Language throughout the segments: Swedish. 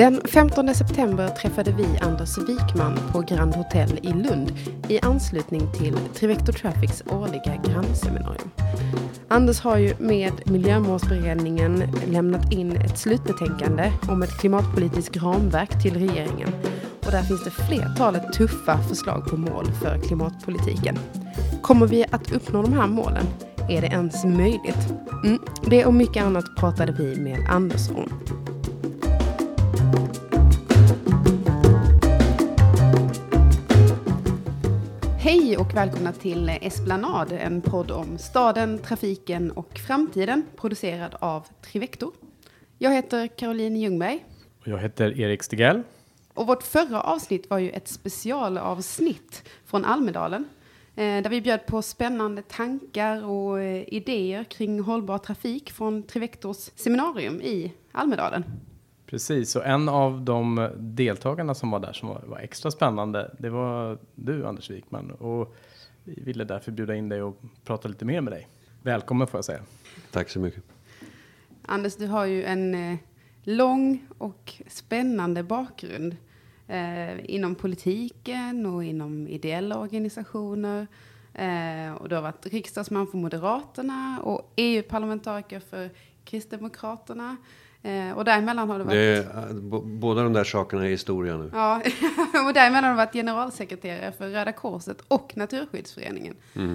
Den 15 september träffade vi Anders Wikman på Grand Hotel i Lund i anslutning till Trivector Traffics årliga grannseminarium. Anders har ju med Miljömålsberedningen lämnat in ett slutbetänkande om ett klimatpolitiskt ramverk till regeringen. Och där finns det flertalet tuffa förslag på mål för klimatpolitiken. Kommer vi att uppnå de här målen? Är det ens möjligt? Det och mycket annat pratade vi med Anders om. Hej och välkomna till Esplanad, en podd om staden, trafiken och framtiden, producerad av Trivector. Jag heter Caroline Ljungberg. Och jag heter Erik Stigell. Och vårt förra avsnitt var ju ett specialavsnitt från Almedalen. Där vi bjöd på spännande tankar och idéer kring hållbar trafik från Trivectors seminarium i Almedalen. Precis, och en av de deltagarna som var där som var extra spännande, det var du, Anders Wikman. Och vi ville därför bjuda in dig och prata lite mer med dig. Välkommen får jag säga. Tack så mycket. Anders, du har ju en lång och spännande bakgrund inom politiken och inom ideella organisationer. Och du har varit riksdagsman för Moderaterna och EU-parlamentariker för Kristdemokraterna. Och däremellan har du varit... Båda de där sakerna är historia nu. Ja, och däremellan har du varit generalsekreterare för Röda Korset och Naturskyddsföreningen.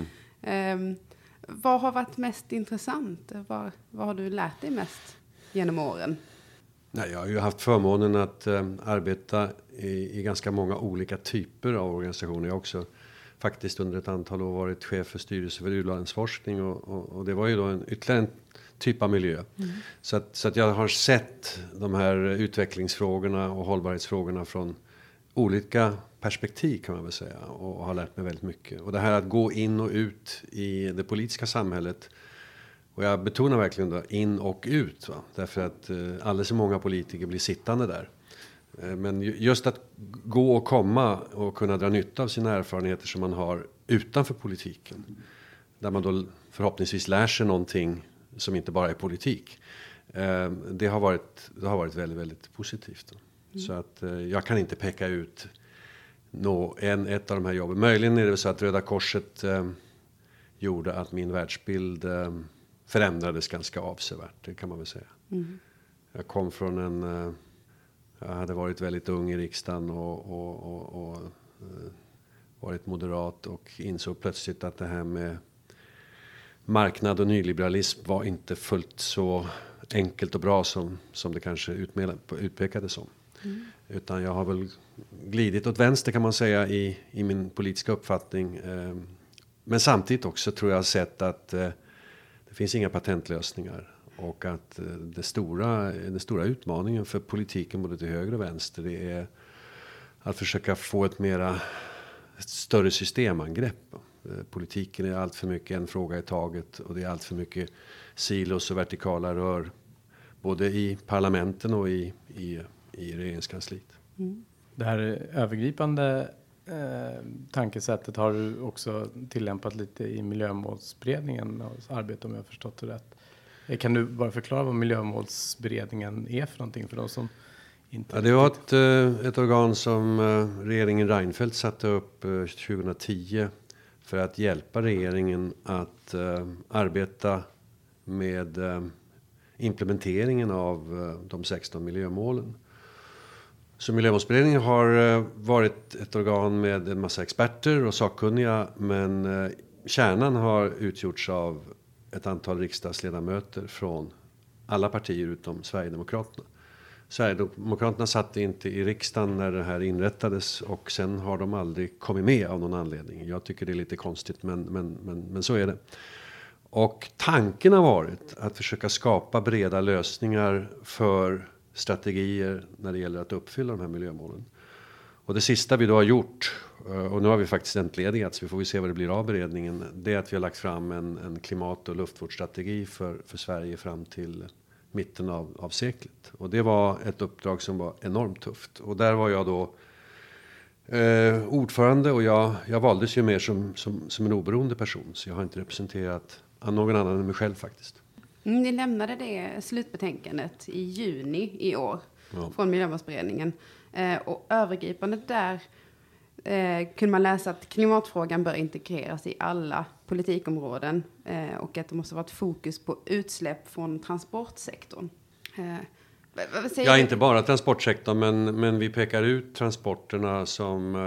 Vad har varit mest intressant? Vad har du lärt dig mest genom åren? Nej, jag har ju haft förmånen att arbeta i ganska många olika typer av organisationer. Jag har också faktiskt under ett antal år varit chef för styrelse för u-landsforskning och det var ju då ytterligare en typ av miljö. Så att jag har sett de här utvecklingsfrågorna och hållbarhetsfrågorna från olika perspektiv kan man väl säga och har lärt mig väldigt mycket. Och det här att gå in och ut i det politiska samhället, och jag betonar verkligen då in och ut, va? Därför att alldeles så många politiker blir sittande där. Men just att gå och komma och kunna dra nytta av sina erfarenheter som man har utanför politiken, där man då förhoppningsvis lär sig någonting som inte bara är politik. Det har varit väldigt, väldigt positivt. Så att jag kan inte peka ut ett av de här jobben. Möjligen är det så att Röda Korset gjorde att min världsbild förändrades ganska avsevärt, det kan man väl säga. Jag kom från jag hade varit väldigt ung i riksdagen och varit moderat och insåg plötsligt att det här med marknad och nyliberalism var inte fullt så enkelt och bra som det kanske utpekades som. Utan jag har väl glidit åt vänster kan man säga i min politiska uppfattning. Men samtidigt också tror jag sett att det finns inga patentlösningar. Och att den stora utmaningen för politiken både till höger och vänster, det är att försöka få ett större systemangrepp. Politiken är allt för mycket en fråga i taget och det är allt för mycket silos och vertikala rör både i parlamenten och i regeringskansliet. Det här övergripande tankesättet har du också tillämpat lite i Miljömålsberedningen arbete om jag har förstått det rätt. Kan du bara förklara vad Miljömålsberedningen är för någonting för de som inte... Ja, det var ett organ som regeringen Reinfeldt satte upp 2010 för att hjälpa regeringen att arbeta med implementeringen av de 16 miljömålen. Så Miljömålsberedningen har varit ett organ med en massa experter och sakkunniga, men kärnan har utgjorts av ett antal riksdagsledamöter från alla partier utom Sverigedemokraterna. Sverigedemokraterna satt inte i riksdagen när det här inrättades och sen har de aldrig kommit med av någon anledning. Jag tycker det är lite konstigt men så är det. Och tanken har varit att försöka skapa breda lösningar för strategier när det gäller att uppfylla de här miljömålen. Och det sista vi då har gjort, och nu har vi faktiskt entledigats, vi får se vad det blir av beredningen, det är att vi har lagt fram en klimat- och luftvårdsstrategi för Sverige fram till mitten av seklet. Och det var ett uppdrag som var enormt tufft. Och där var jag då ordförande och jag valdes ju mer som en oberoende person. Så jag har inte representerat någon annan än mig själv faktiskt. Ni lämnade det slutbetänkandet i juni i år. från Miljömålsberedningen. Och övergripande där kunde man läsa att klimatfrågan bör integreras i alla politikområden och att det måste vara ett fokus på utsläpp från transportsektorn. Ja, inte bara transportsektorn, men vi pekar ut transporterna som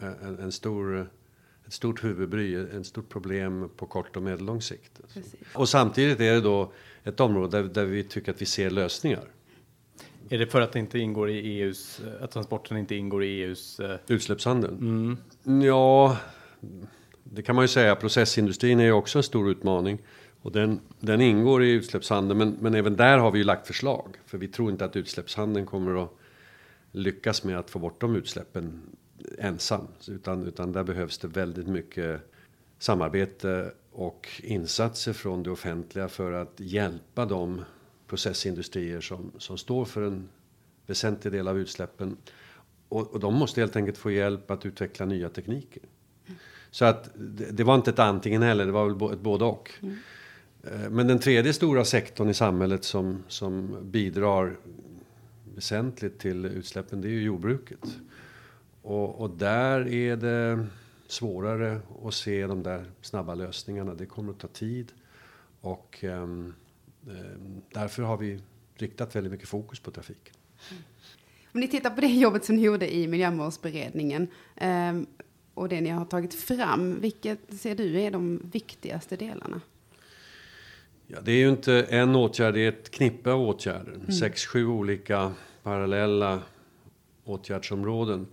ett stort huvudbry, ett stort problem på kort och medellång sikt. Och samtidigt är det då ett område där vi tycker att vi ser lösningar. Är det för att det inte ingår i att transporten inte ingår i EUs utsläppshandel? Ja, det kan man ju säga. Processindustrin är ju också en stor utmaning. Och den ingår i utsläppshandeln, men även där har vi ju lagt förslag. För vi tror inte att utsläppshandeln kommer att lyckas med att få bort de utsläppen ensam. Utan där behövs det väldigt mycket samarbete och insatser från det offentliga för att hjälpa de processindustrier som står för en väsentlig del av utsläppen. Och de måste helt enkelt få hjälp att utveckla nya tekniker. Så att det var inte ett antingen eller, det var väl ett både och. Men den tredje stora sektorn i samhället som bidrar väsentligt till utsläppen, det är ju jordbruket. Och där är det svårare att se de där snabba lösningarna. Det kommer att ta tid och därför har vi riktat väldigt mycket fokus på trafiken. Om ni tittar på det jobbet som ni gjorde i Miljömålsberedningen och det ni har tagit fram, vilket ser du är de viktigaste delarna? Ja, det är ju inte en åtgärd, det är ett knippe av åtgärder. 6-7 olika parallella åtgärdsområden.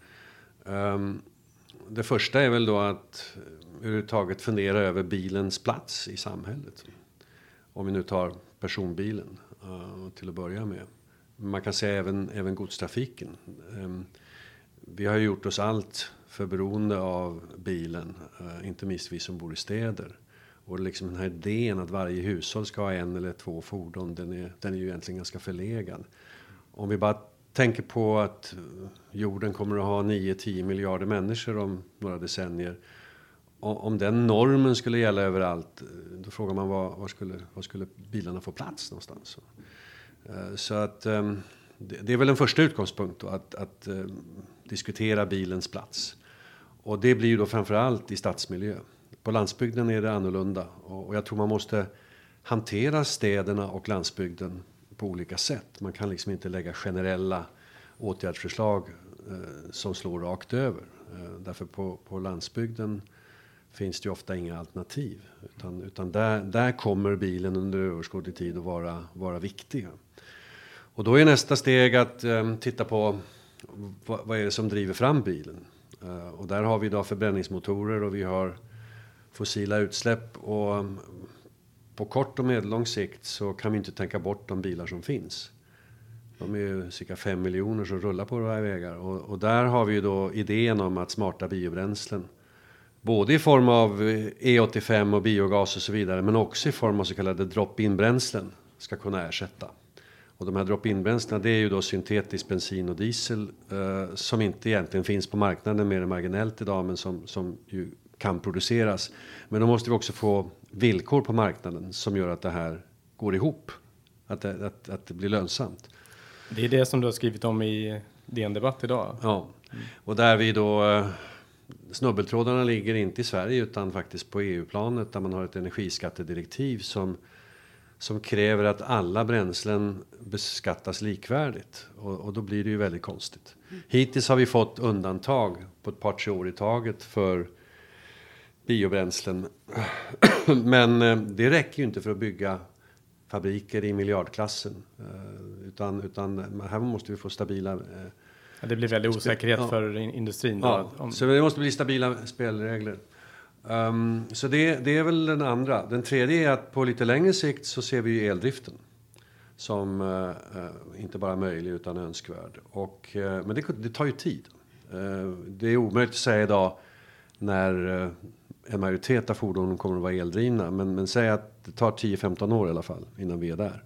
Det första är väl då att överhuvudtaget fundera över bilens plats i samhället. Om vi nu tar personbilen till att börja med. Man kan säga även godstrafiken. Vi har gjort oss allt för beroende av bilen, inte minst vi som bor i städer. Och liksom den här idén att varje hushåll ska ha 1 eller 2 fordon, den är ju egentligen ganska förlegad. Om vi bara tänker på att jorden kommer att ha 9-10 miljarder människor om några decennier. Om den normen skulle gälla överallt, då frågar man var skulle bilarna få plats någonstans. Så att det är väl en första utgångspunkt då, att diskutera bilens plats. Och det blir ju då framförallt i stadsmiljö. På landsbygden är det annorlunda och jag tror man måste hantera städerna och landsbygden på olika sätt. Man kan liksom inte lägga generella åtgärdsförslag som slår rakt över. Därför på landsbygden finns det ju ofta inga alternativ. Utan där kommer bilen under överskådlig tid att vara viktig. Och då är nästa steg att titta på vad är det som driver fram bilen. Och där har vi idag förbränningsmotorer och vi har fossila utsläpp. Och på kort och medellång sikt så kan vi inte tänka bort de bilar som finns. De är ju cirka 5 miljoner som rullar på våra vägar. Och där har vi då idén om att smarta biobränslen. Både i form av E85 och biogas och så vidare. Men också i form av så kallade drop-in-bränslen ska kunna ersätta. Och de här drop-in-bränslena, det är ju då syntetisk bensin och diesel. Som inte egentligen finns på marknaden mer än marginellt idag. Men som ju kan produceras. Men då måste vi också få villkor på marknaden som gör att det här går ihop. Att det blir lönsamt. Det är det som du har skrivit om i DN Debatt idag. Ja, och där vi då snubbeltrådarna ligger inte i Sverige utan faktiskt på EU-planet där man har ett energiskattedirektiv som kräver att alla bränslen beskattas likvärdigt. Och då blir det ju väldigt konstigt. Hittills har vi fått undantag på ett par 3 år i taget för biobränslen. Men det räcker ju inte för att bygga fabriker i miljardklassen. Utan här måste vi få stabila... det blir väldigt osäkerhet för industrin. Då, så det måste bli stabila spelregler. Så det är väl den andra. Den tredje är att på lite längre sikt så ser vi ju eldriften. Som inte bara möjlig utan önskvärd. Men det tar ju tid. Det är omöjligt att säga idag när en majoritet av fordonen kommer att vara eldrivna. Men säg att det tar 10-15 år i alla fall innan vi är där.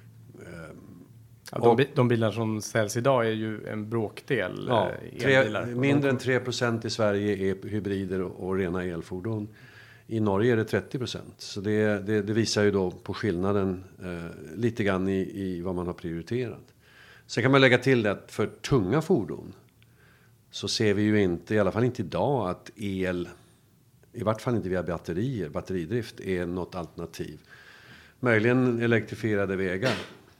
De bilar som säljs idag är ju en bråkdel elbilar. Mindre än 3% i Sverige är hybrider och rena elfordon. I Norge är det 30%. Så det visar ju då på skillnaden lite grann i vad man har prioriterat. Sen kan man lägga till det att för tunga fordon så ser vi ju inte, i alla fall inte idag, att el, i vart fall inte via batteridrift, är något alternativ. Möjligen elektrifierade vägar.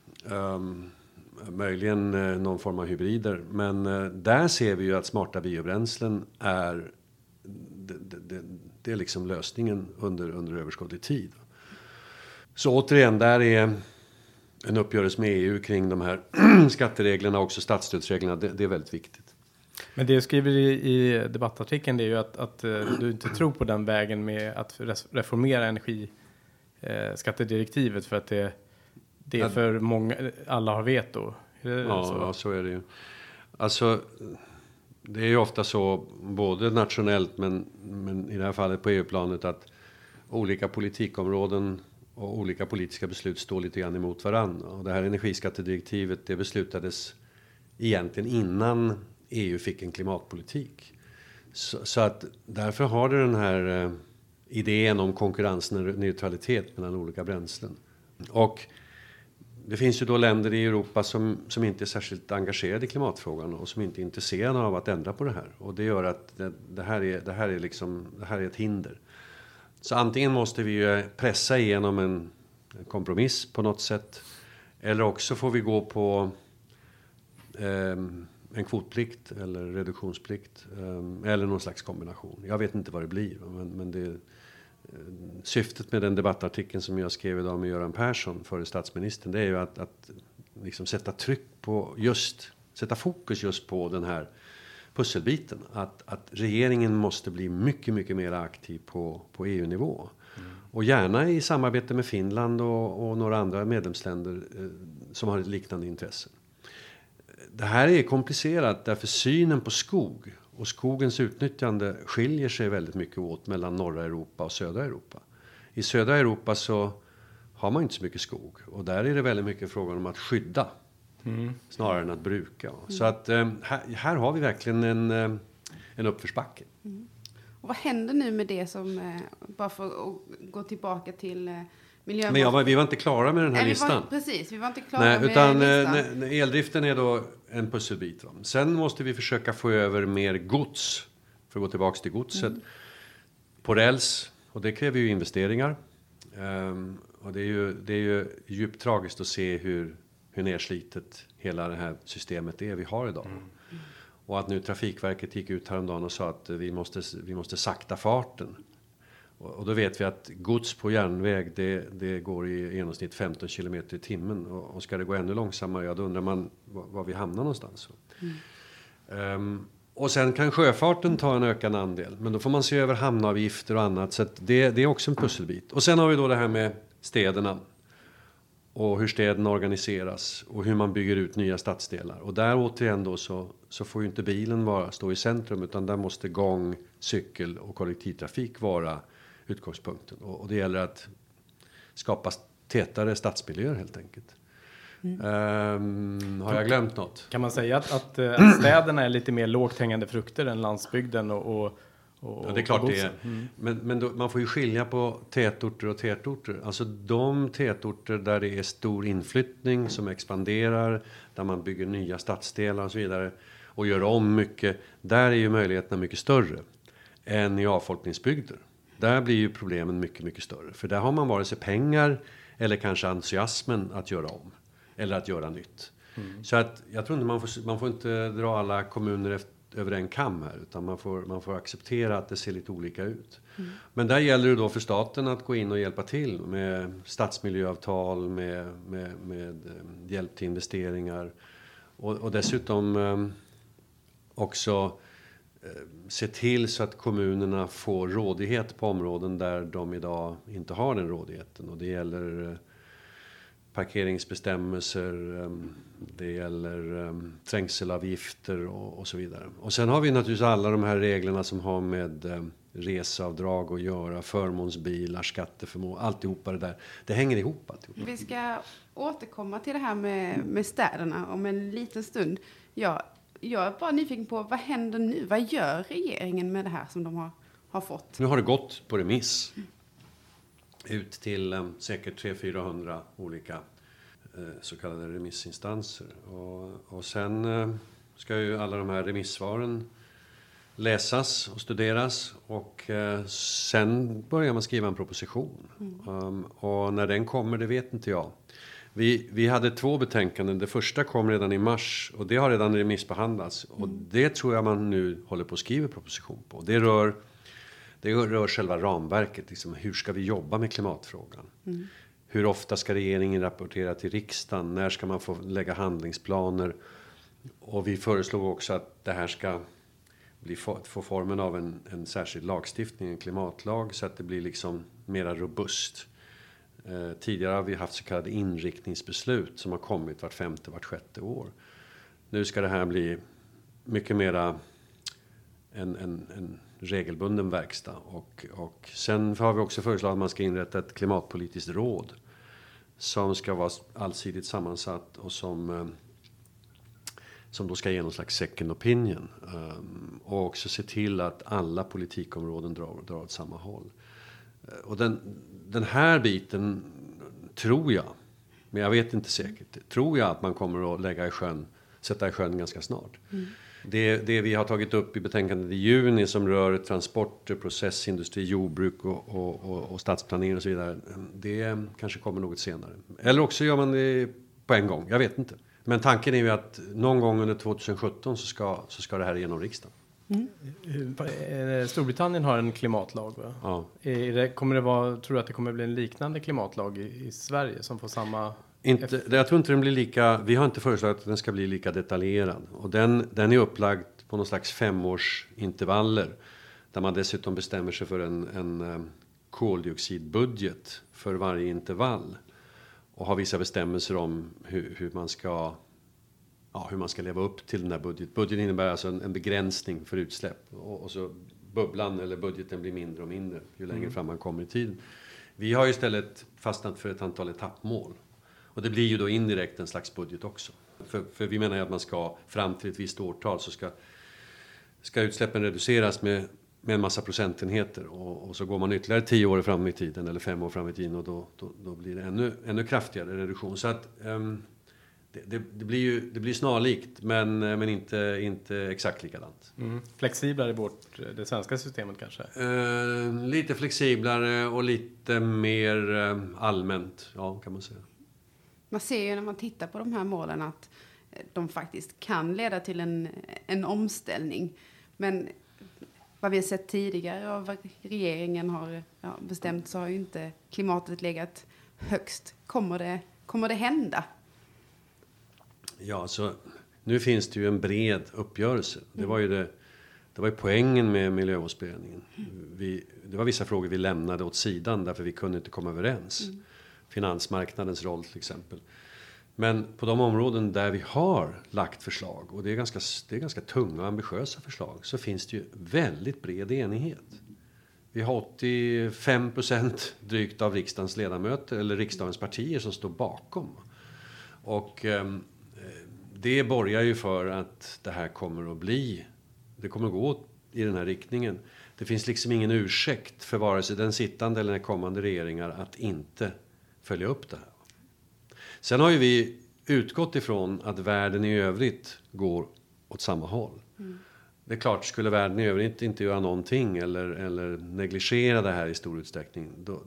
Möjligen någon form av hybrider. Men där ser vi ju att smarta biobränslen är det är liksom lösningen under överskådlig tid. Så återigen, där är en uppgörelse med EU kring de här skattereglerna och också statsstödsreglerna. Det är väldigt viktigt. Men det jag skriver i debattartikeln, det är ju att du inte tror på den vägen med att reformera energiskattedirektivet för att det är för många, alla har veto. Ja, så är det ju. Alltså, det är ju ofta så, både nationellt men i det här fallet på EU-planet, att olika politikområden och olika politiska beslut står lite grann emot varandra. Och det här energiskattedirektivet, det beslutades egentligen innan EU fick en klimatpolitik. Så att därför har det den här idén om konkurrensneutralitet mellan olika bränslen. Och det finns ju då länder i Europa som inte är särskilt engagerade i klimatfrågan och som inte är intresserade av att ändra på det här. Och det gör att det här är ett hinder. Så antingen måste vi ju pressa igenom en kompromiss på något sätt. Eller också får vi gå på en kvotplikt eller reduktionsplikt. Eller någon slags kombination. Jag vet inte vad det blir. Men syftet med den debattartikeln som jag skrev idag med Göran Persson, före statsministern, det är ju att liksom sätta fokus just på den här pusselbiten. Att regeringen måste bli mycket, mycket mer aktiv på EU-nivå. Och gärna i samarbete med Finland och några andra medlemsländer som har ett liknande intresse. Det här är komplicerat därför synen på skog och skogens utnyttjande skiljer sig väldigt mycket åt mellan norra Europa och södra Europa. I södra Europa så har man inte så mycket skog. Och där är det väldigt mycket frågan om att skydda snarare än att bruka. Så att här har vi verkligen en uppförsbacke. Och vad händer nu med det som, bara för att gå tillbaka till miljömål? Men vi var inte klara med den här listan. Vi var inte klara med listan. Eldriften är då en pusselbit. Sen måste vi försöka få över mer gods, för att gå tillbaka till godset, på räls. Och det kräver ju investeringar. Och det är ju djupt tragiskt att se hur nedslitet hela det här systemet är vi har idag. Och att nu Trafikverket gick ut häromdagen och sa att vi måste sakta farten. Och då vet vi att gods på järnväg det går i genomsnitt 15 km i timmen. Och ska det gå ännu långsammare, ja, då undrar man var vi hamnar någonstans. Och sen kan sjöfarten ta en ökad andel. Men då får man se över hamnavgifter och annat. Så att det är också en pusselbit. Och sen har vi då det här med städerna. Och hur städerna organiseras. Och hur man bygger ut nya stadsdelar. Och där återigen då så får ju inte bilen stå i centrum. Utan där måste gång, cykel och kollektivtrafik vara utgångspunkten. Och det gäller att skapa tätare stadsmiljöer helt enkelt. Har jag glömt något? Kan man säga att städerna är lite mer lågt hängande frukter än landsbygden och ja, det är klart det är. Men då, man får ju skilja på tätorter och tätorter. Alltså de tätorter där det är stor inflyttning som expanderar, där man bygger nya stadsdelar och så vidare och gör om mycket, där är ju möjligheterna mycket större än i avfolkningsbygder. Där blir ju problemen mycket, mycket större. För där har man vare sig pengar eller kanske entusiasmen att göra om. Eller att göra nytt. Så att jag tror inte man får inte dra alla kommuner över en kam här. Utan man får acceptera att det ser lite olika ut. Men där gäller det då för staten att gå in och hjälpa till. Med stadsmiljöavtal, med hjälp till investeringar. Och dessutom också se till så att kommunerna får rådighet på områden där de idag inte har den rådigheten. Och det gäller parkeringsbestämmelser, det gäller trängselavgifter och så vidare. Och sen har vi naturligtvis alla de här reglerna som har med reseavdrag att göra, förmånsbilar, skatteförmån, alltihopa det där. Det hänger ihop alltihopa. Vi ska återkomma till det här med städerna om en liten stund. Jag är bara nyfiken på vad händer nu? Vad gör regeringen med det här som de har fått? Nu har det gått på remiss ut till säkert 300-400 olika så kallade remissinstanser. Och sen ska ju alla de här remissvaren läsas och studeras och sen börjar man skriva en proposition. Och när den kommer, det vet inte jag. Vi hade 2 betänkanden. Det första kom redan i mars och det har redan remissbehandlats. Och det tror jag man nu håller på att skriva proposition på. Det rör själva ramverket. Liksom, hur ska vi jobba med klimatfrågan? Hur ofta ska regeringen rapportera till riksdagen? När ska man få lägga handlingsplaner? Och vi föreslog också att det här ska få formen av en särskild lagstiftning, en klimatlag, så att det blir liksom mera robust. Tidigare har vi haft så kallade inriktningsbeslut som har kommit vart 5:e, vart 6:e år. Nu ska det här bli mycket mera en regelbunden verkstad. Och sen har vi också föreslagit att man ska inrätta ett klimatpolitiskt råd som ska vara allsidigt sammansatt och som då ska ge någon slags second opinion. Och också se till att alla politikområden drar åt samma håll. Och den här biten tror jag, men jag vet inte säkert, tror jag att man kommer att sätta i sjön ganska snart. Det vi har tagit upp i betänkandet i juni som rör transporter, processindustri, jordbruk och stadsplanering och så vidare, det kanske kommer något senare. Eller också gör man det på en gång, jag vet inte. Men tanken är ju att någon gång under 2017 så ska det här igenom riksdagen. Storbritannien har en klimatlag, va? Ja. Tror du att det kommer bli en liknande klimatlag i Sverige som får samma... Jag tror inte den blir lika... Vi har inte föreslagit att den ska bli lika detaljerad. Och den är upplagd på någon slags 5-årsintervaller. Där man dessutom bestämmer sig för en koldioxidbudget för varje intervall. Och har vissa bestämmelser om hur man ska leva upp till den här budgeten. Budgeten innebär alltså en begränsning för utsläpp. Och så bubblan eller budgeten blir mindre och mindre ju längre fram man kommer i tiden. Vi har istället fastnat för ett antal etappmål. Och det blir ju då indirekt en slags budget också. För vi menar ju att man ska fram till ett visst årtal så ska utsläppen reduceras med en massa procentenheter. Och så går man ytterligare 10 år fram i tiden eller 5 år fram i tiden och då blir det ännu kraftigare reduktion. Så att det blir snarlikt men inte exakt likadant. Flexiblare i det svenska systemet kanske? Lite flexiblare och lite mer allmänt, ja, kan man säga. Man ser ju när man tittar på de här målen att de faktiskt kan leda till en omställning. Men vad vi har sett tidigare och vad regeringen har bestämt så har ju inte klimatet legat högst. Kommer det hända? Ja, så nu finns det ju en bred uppgörelse. Det var ju poängen med Miljövårdsberedningen. Det var vissa frågor vi lämnade åt sidan därför vi kunde inte komma överens. Finansmarknadens roll till exempel. Men på de områden där vi har lagt förslag, och det är ganska tunga och ambitiösa förslag, så finns det ju väldigt bred enighet. Vi har 85% drygt av riksdagens ledamöter eller riksdagens partier som står bakom. Och det borgar ju för att det här kommer att gå i den här riktningen. Det finns liksom ingen ursäkt för vare sig den sittande eller den kommande regeringar att inte följa upp det här. Sen har ju vi utgått ifrån att världen i övrigt går åt samma håll. Det är klart, skulle världen i övrigt inte göra någonting eller negligera det här i stor utsträckning,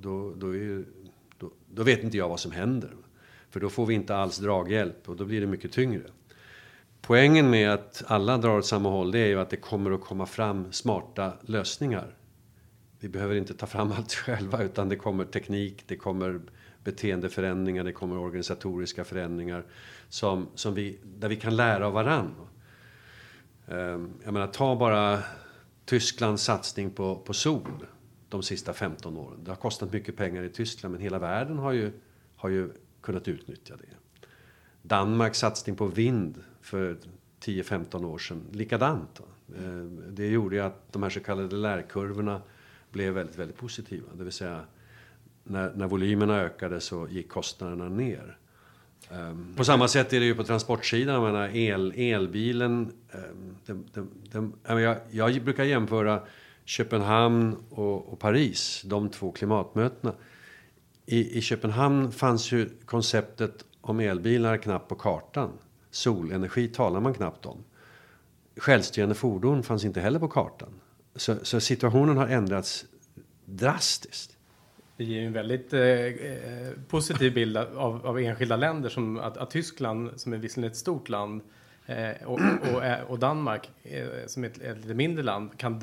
då vet inte jag vad som händer. För då får vi inte alls draghjälp och då blir det mycket tyngre. Poängen med att alla drar åt samma håll, det är ju att det kommer att komma fram smarta lösningar. Vi behöver inte ta fram allt själva, utan det kommer teknik, det kommer beteendeförändringar, det kommer organisatoriska förändringar där vi kan lära av varann. Jag menar, ta bara Tysklands satsning på sol de sista 15 åren. Det har kostat mycket pengar i Tyskland, men hela världen har ju kunnat utnyttja det. Danmarks satsning på vind för 10-15 år sedan, likadant. Det gjorde ju att de här så kallade lärkurvorna blev väldigt, väldigt positiva. Det vill säga, när volymerna ökade så gick kostnaderna ner. På samma sätt är det ju på transportsidan. Jag menar, elbilen... Jag brukar jämföra Köpenhamn och Paris, de 2 klimatmötena. I Köpenhamn fanns ju konceptet om elbilar knappt på kartan. Solenergi talar man knappt om. Självstyrande fordon fanns inte heller på kartan. Så situationen har ändrats drastiskt. Det ger ju en väldigt positiv bild av enskilda länder som att Tyskland, som är visserligen ett stort land, och Danmark, som är ett lite mindre land, kan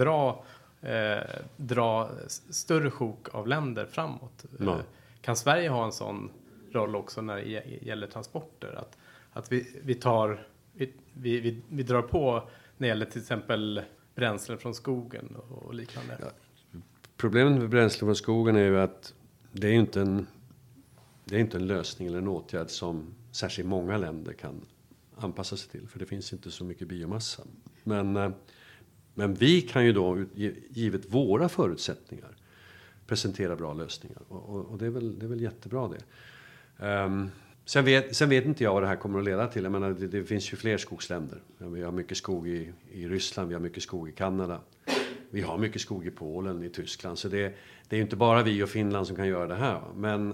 dra större sjok av länder framåt. Ja. Kan Sverige ha en sån roll också när det gäller transporter? Att vi drar på när det gäller till exempel bränslen från skogen och liknande. Ja. Problemet med bränsle från skogen är ju att det är inte en lösning eller en åtgärd som särskilt många länder kan anpassa sig till. För det finns inte så mycket biomassa. Men vi kan ju då, givet våra förutsättningar, presentera bra lösningar. Och det är väl jättebra det. Sen vet inte jag vad det här kommer att leda till. Jag menar, det finns ju fler skogsländer. Vi har mycket skog i Ryssland, vi har mycket skog i Kanada. Vi har mycket skog i Polen, i Tyskland. Så det är ju inte bara vi och Finland som kan göra det här.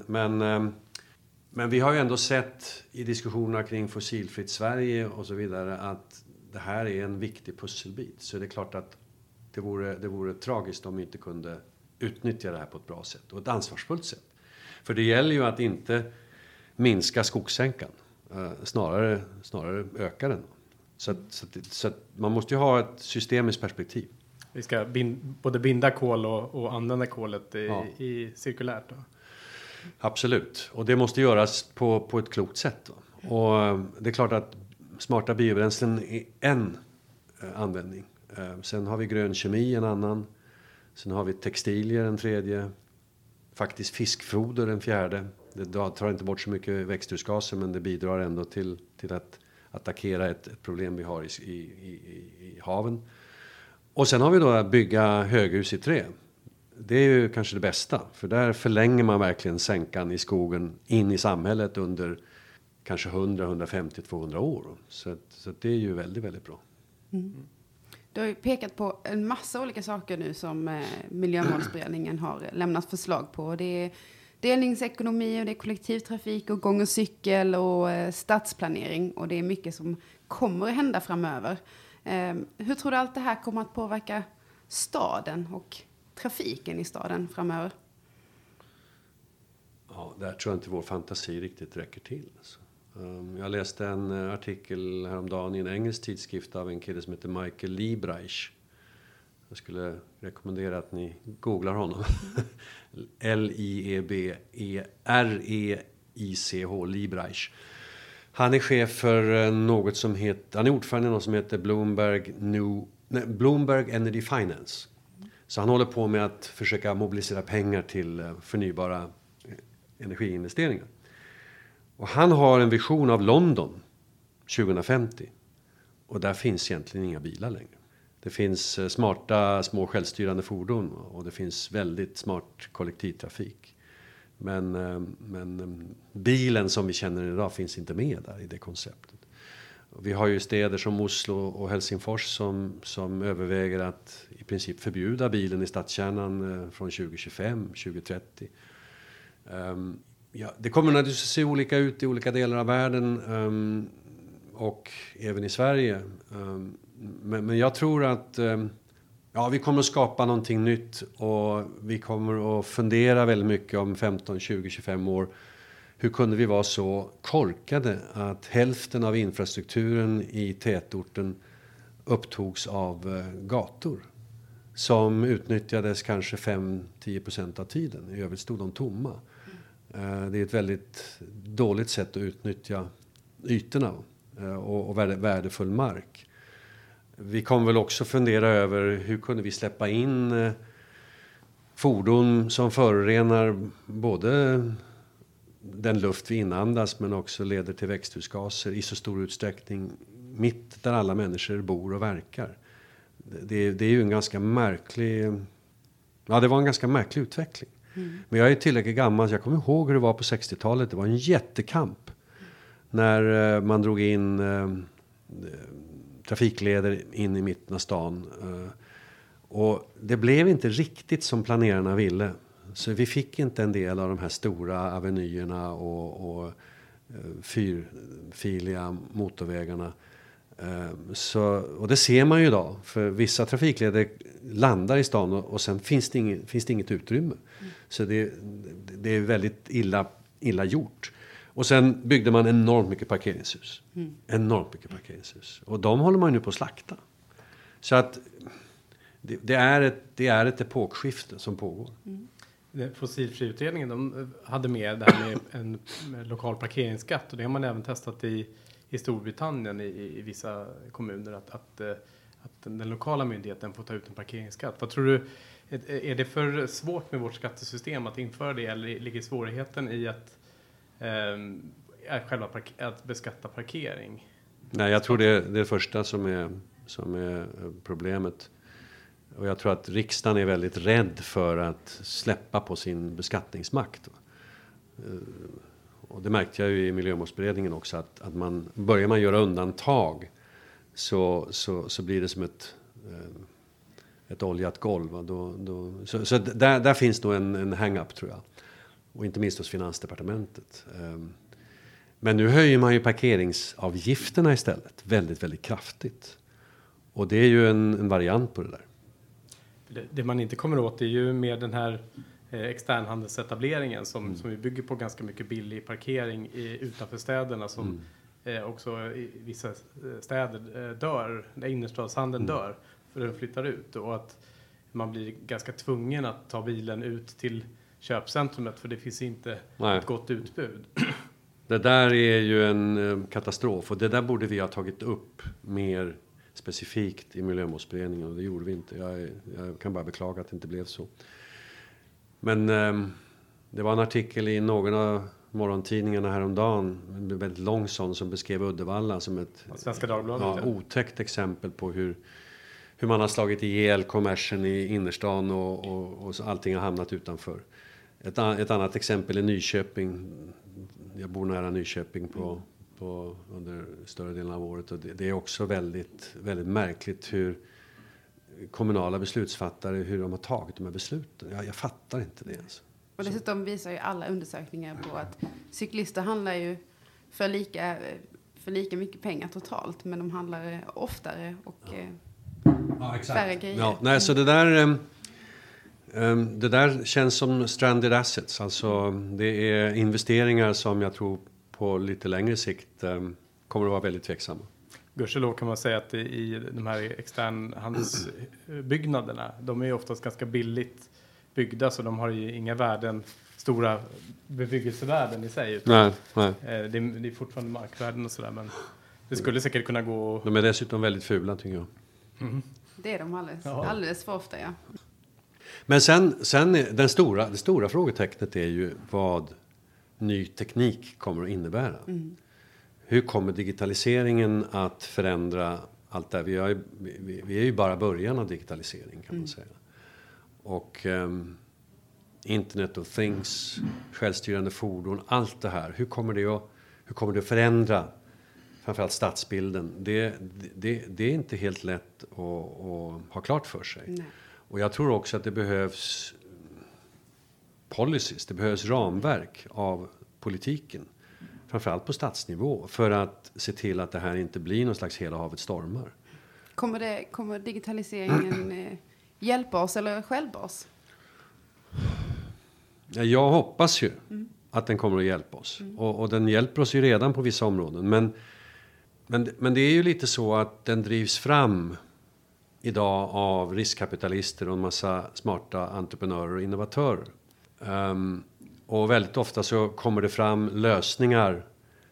Men vi har ju ändå sett i diskussionerna kring fossilfritt Sverige och så vidare att det här är en viktig pusselbit. Så det är klart att det vore tragiskt om vi inte kunde utnyttja det här på ett bra sätt och ett ansvarsfullt sätt. För det gäller ju att inte minska skogssänkan, snarare öka den. Så att man måste ju ha ett systemiskt perspektiv. Vi ska både binda kol och använda kolet i cirkulärt då. Absolut, och det måste göras på ett klokt sätt då. Och det är klart att smarta biobränslen är en användning. Sen har vi grön kemi en annan. Sen har vi textilier en tredje. Faktiskt fiskfoder en fjärde. Det tar inte bort så mycket växthusgaser, men det bidrar ändå till att attackera ett problem vi har i haven. Och sen har vi då att bygga höghus i trä. Det är ju kanske det bästa. För där förlänger man verkligen sänkan i skogen in i samhället under kanske 100, 150, 200 år. Så det är ju väldigt, väldigt bra. Mm. Du har ju pekat på en massa olika saker nu som Miljömålsberedningen har lämnat förslag på. Det är delningsekonomi och det är kollektivtrafik och gång och cykel och stadsplanering. Och det är mycket som kommer att hända framöver. Hur tror du allt det här kommer att påverka staden och trafiken i staden framöver? Ja, där tror jag inte vår fantasi riktigt räcker till. Alltså. Jag läste en artikel häromdagen i en engelsk tidskrift av en kille som heter Michael Liebreich. Jag skulle rekommendera att ni googlar honom. L-I-E-B-E-R-E-I-C-H, Liebreich. Han är chef för han är ordförande i något som heter Bloomberg Energy Finance. Så han håller på med att försöka mobilisera pengar till förnybara energiinvesteringar. Och han har en vision av London 2050. Och där finns egentligen inga bilar längre. Det finns smarta små självstyrande fordon och det finns väldigt smart kollektivtrafik. Men bilen som vi känner idag finns inte med där i det konceptet. Vi har ju städer som Oslo och Helsingfors som överväger att i princip förbjuda bilen i stadskärnan från 2025, 2030. Det kommer naturligtvis se olika ut i olika delar av världen och även i Sverige. Men jag tror att vi kommer att skapa någonting nytt och vi kommer att fundera väldigt mycket om 15, 20, 25 år. Hur kunde vi vara så korkade att hälften av infrastrukturen i tätorten upptogs av gator som utnyttjades kanske 5-10% av tiden. I övrigt stod de tomma. Det är ett väldigt dåligt sätt att utnyttja ytorna och värdefull mark. Vi kommer väl också fundera över hur kunde vi släppa in fordon som förorenar både den luft vi inandas men också leder till växthusgaser i så stor utsträckning mitt där alla människor bor och verkar. Det är ju en ganska märklig... Ja, det var en ganska märklig utveckling. Men jag är tillräckligt gammal så jag kommer ihåg hur det var på 60-talet. Det var en jättekamp när man drog in trafikleder in i mitten av stan. Och det blev inte riktigt som planerarna ville. Så vi fick inte en del av de här stora avenyerna och fyrfiliga motorvägarna. Och det ser man ju idag, för vissa trafikleder landar i stan och sen finns det inget utrymme. Så det är väldigt illa gjort. Och sen byggde man enormt mycket parkeringshus. Och de håller man nu på att slakta. Så att det är ett epokskifte som pågår. Fossilfriutredningen, de hade med det här med en lokal parkeringsskatt, och det har man även testat i Storbritannien i vissa kommuner, att den lokala myndigheten får ta ut en parkeringsskatt. Vad tror du, är det för svårt med vårt skattesystem att införa det, eller ligger svårigheten i att beskatta parkering? Nej, jag tror det är det första som är problemet. Och jag tror att riksdagen är väldigt rädd för att släppa på sin beskattningsmakt. Och det märkte jag ju i miljömålsberedningen också, att börjar man göra undantag så blir det som ett oljat golv. Så där finns nog en hang-up, tror jag. Och inte minst hos Finansdepartementet. Men nu höjer man ju parkeringsavgifterna istället väldigt, väldigt kraftigt. Och det är ju en variant på det där. Det man inte kommer åt är ju med den här externhandelsetableringen som vi bygger på ganska mycket billig parkering utanför städerna, som också i vissa städer dör, där innerstadshandeln dör för den flyttar ut, och att man blir ganska tvungen att ta bilen ut till köpcentrumet för det finns inte ett gott utbud. Det där är ju en katastrof, och det där borde vi ha tagit upp mer specifikt i miljömålsberedningen, och det gjorde vi inte. Jag kan bara beklaga att det inte blev så. Men det var en artikel i någon av morgontidningarna häromdagen, en väldigt lång sån, som beskrev Uddevalla som ett Svenska Dagbladet, otäckt exempel på hur man har slagit ihjäl kommersen i innerstan och allting har hamnat utanför. Ett annat exempel är Nyköping. Jag bor nära Nyköping på under större delen av året, och det är också väldigt, väldigt märkligt hur kommunala beslutsfattare, hur de har tagit de här besluten. Jag fattar inte det ens. Och dessutom visar ju alla undersökningar på att cyklister handlar ju för lika mycket pengar totalt, men de handlar oftare och färre grejer. Ja, nej, så det där känns som stranded assets. Alltså det är investeringar som jag tror på lite längre sikt kommer att vara väldigt tveksamma. Gudskelov kan man säga att i de här externhandelsbyggnaderna, de är ju oftast ganska billigt byggda, så de har ju inga stora bebyggelsevärden i sig. Nej. Det är fortfarande markvärden och sådär, men det skulle säkert kunna gå. De är dessutom väldigt fula, tycker jag. Det är de alldeles för ofta, ja. Men sen det stora frågetecknet är ju vad ny teknik kommer att innebära. Hur kommer digitaliseringen att förändra allt det? Vi är ju bara början av digitalisering, kan man säga. Och Internet of Things, självstyrande fordon, allt det här. Hur kommer det att förändra framförallt stadsbilden? Det är inte helt lätt att ha klart för sig. Nej. Och jag tror också att det behövs policies, det behövs ramverk av politiken, framförallt på stadsnivå, för att se till att det här inte blir någon slags hela havet stormar. Kommer digitaliseringen hjälpa oss eller stjälpa oss? Jag hoppas ju att den kommer att hjälpa oss. Och den hjälper oss ju redan på vissa områden. Men det är ju lite så att den drivs fram idag av riskkapitalister och en massa smarta entreprenörer och innovatörer. Och väldigt ofta så kommer det fram lösningar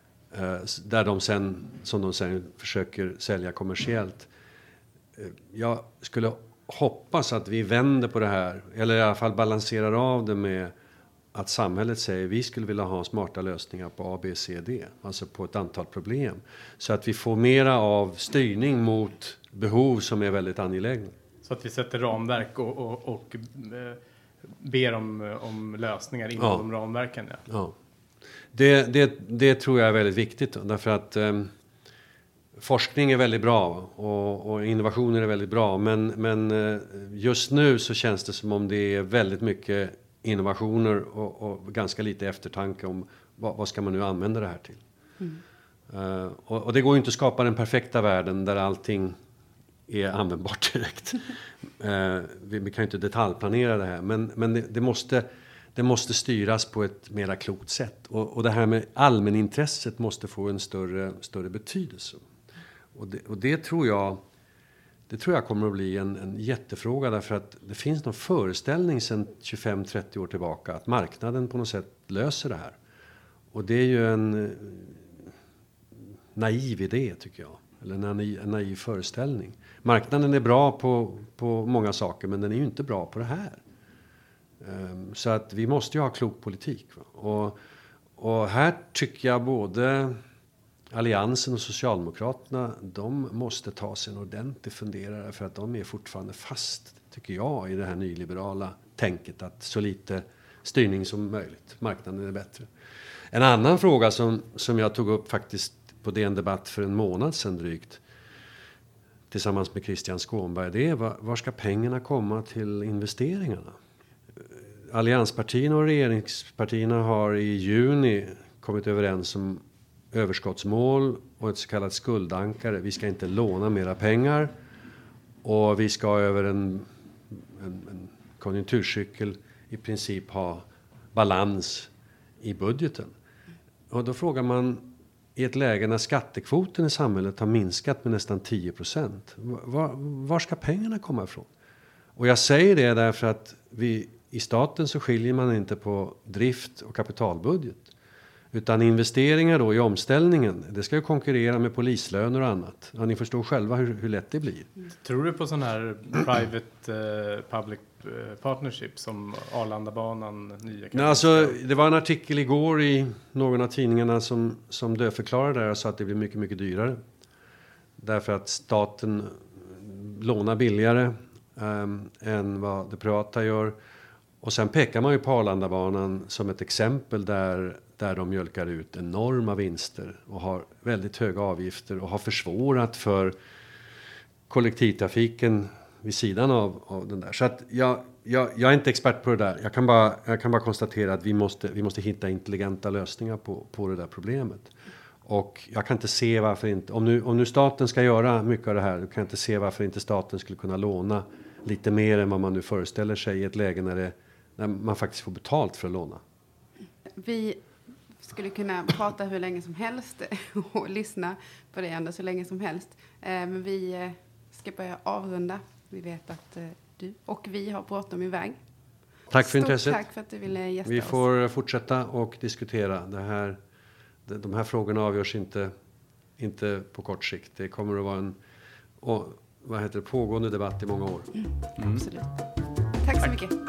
som de sen försöker sälja kommersiellt. Jag skulle hoppas att vi vänder på det här, eller i alla fall balanserar av det med att samhället säger vi skulle vilja ha smarta lösningar på A, B, C, D, alltså på ett antal problem. Så att vi får mera av styrning mot behov som är väldigt angelägna. Så att vi sätter ramverk och ber om lösningar inom de ramverken. Ja. Det tror jag är väldigt viktigt, därför att forskning är väldigt bra och innovationer är väldigt bra, men just nu så känns det som om det är väldigt mycket innovationer och ganska lite eftertanke om vad ska man nu använda det här till. Och det går ju inte att skapa den perfekta världen där allting är användbart direkt. Vi kan ju inte detaljplanera det här, men det måste styras på ett mera klokt sätt. Och det här med allmänintresset måste få en större betydelse. Och det tror jag kommer att bli en jättefråga, därför att det finns någon föreställning sedan 25-30 år tillbaka att marknaden på något sätt löser det här. Och det är ju en naiv idé, tycker jag. Eller en naiv föreställning. Marknaden är bra på många saker, men den är ju inte bra på det här. Så att vi måste ju ha klok politik. Va? Och här tycker jag både Alliansen och Socialdemokraterna, de måste ta sig en ordentlig funderare, för att de är fortfarande fast, tycker jag, i det här nyliberala tänket att så lite styrning som möjligt. Marknaden är bättre. En annan fråga som jag tog upp faktiskt på DN Debatt för en månad sedan drygt, tillsammans med Christian Skånberg, det är var ska pengarna komma till investeringarna? Allianspartierna och regeringspartierna har i juni kommit överens om överskottsmål och ett så kallat skuldankare. Vi ska inte låna mera pengar, och vi ska över en konjunkturcykel i princip ha balans i budgeten. Och då frågar man, i ett läge när skattekvoten i samhället har minskat med nästan 10%, var ska pengarna komma ifrån? Och jag säger det därför att i staten så skiljer man inte på drift och kapitalbudget. Utan investeringar då i omställningen, det ska ju konkurrera med polislöner och annat. Ja, ni förstår själva hur lätt det blir. Tror du på sån här private public partnership som Arlandabanan, nya? Nej, alltså, det var en artikel igår i någon av tidningarna som dödförklarade det och sa att det blir mycket, mycket dyrare. Därför att staten lånar billigare än vad det privata gör. Och sen pekar man ju på Arlandabanan som ett exempel där de mjölkar ut enorma vinster och har väldigt höga avgifter och har försvårat för kollektivtrafiken vid sidan av den där. Så att jag är inte expert på det där. Jag kan bara konstatera att vi måste hitta intelligenta lösningar på det där problemet. Och jag kan inte se varför inte, om nu staten ska göra mycket av det här, då kan jag inte se varför inte staten skulle kunna låna lite mer än vad man nu föreställer sig i ett läge när man faktiskt får betalt för att låna. Vi skulle kunna prata hur länge som helst och lyssna på det ändå så länge som helst. Men vi ska börja avrunda. Vi vet att du och vi har bråttom iväg. Tack för intresset. Tack för att du ville gästa oss. Vi får fortsätta och diskutera det här. De här frågorna avgörs inte på kort sikt. Det kommer att vara en pågående debatt i många år. Absolut. Tack så mycket.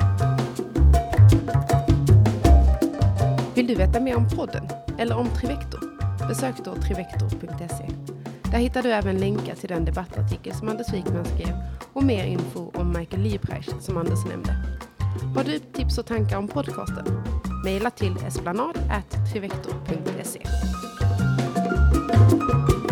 Vill du veta mer om podden eller om Trivector? Besök då trivector.se. Där hittar du även länkar till den debattartikel som Anders Wikman skrev och mer info om Michael Liebrecht som Anders nämnde. Har du tips och tankar om podcasten? Maila till esplanad@trivector.se.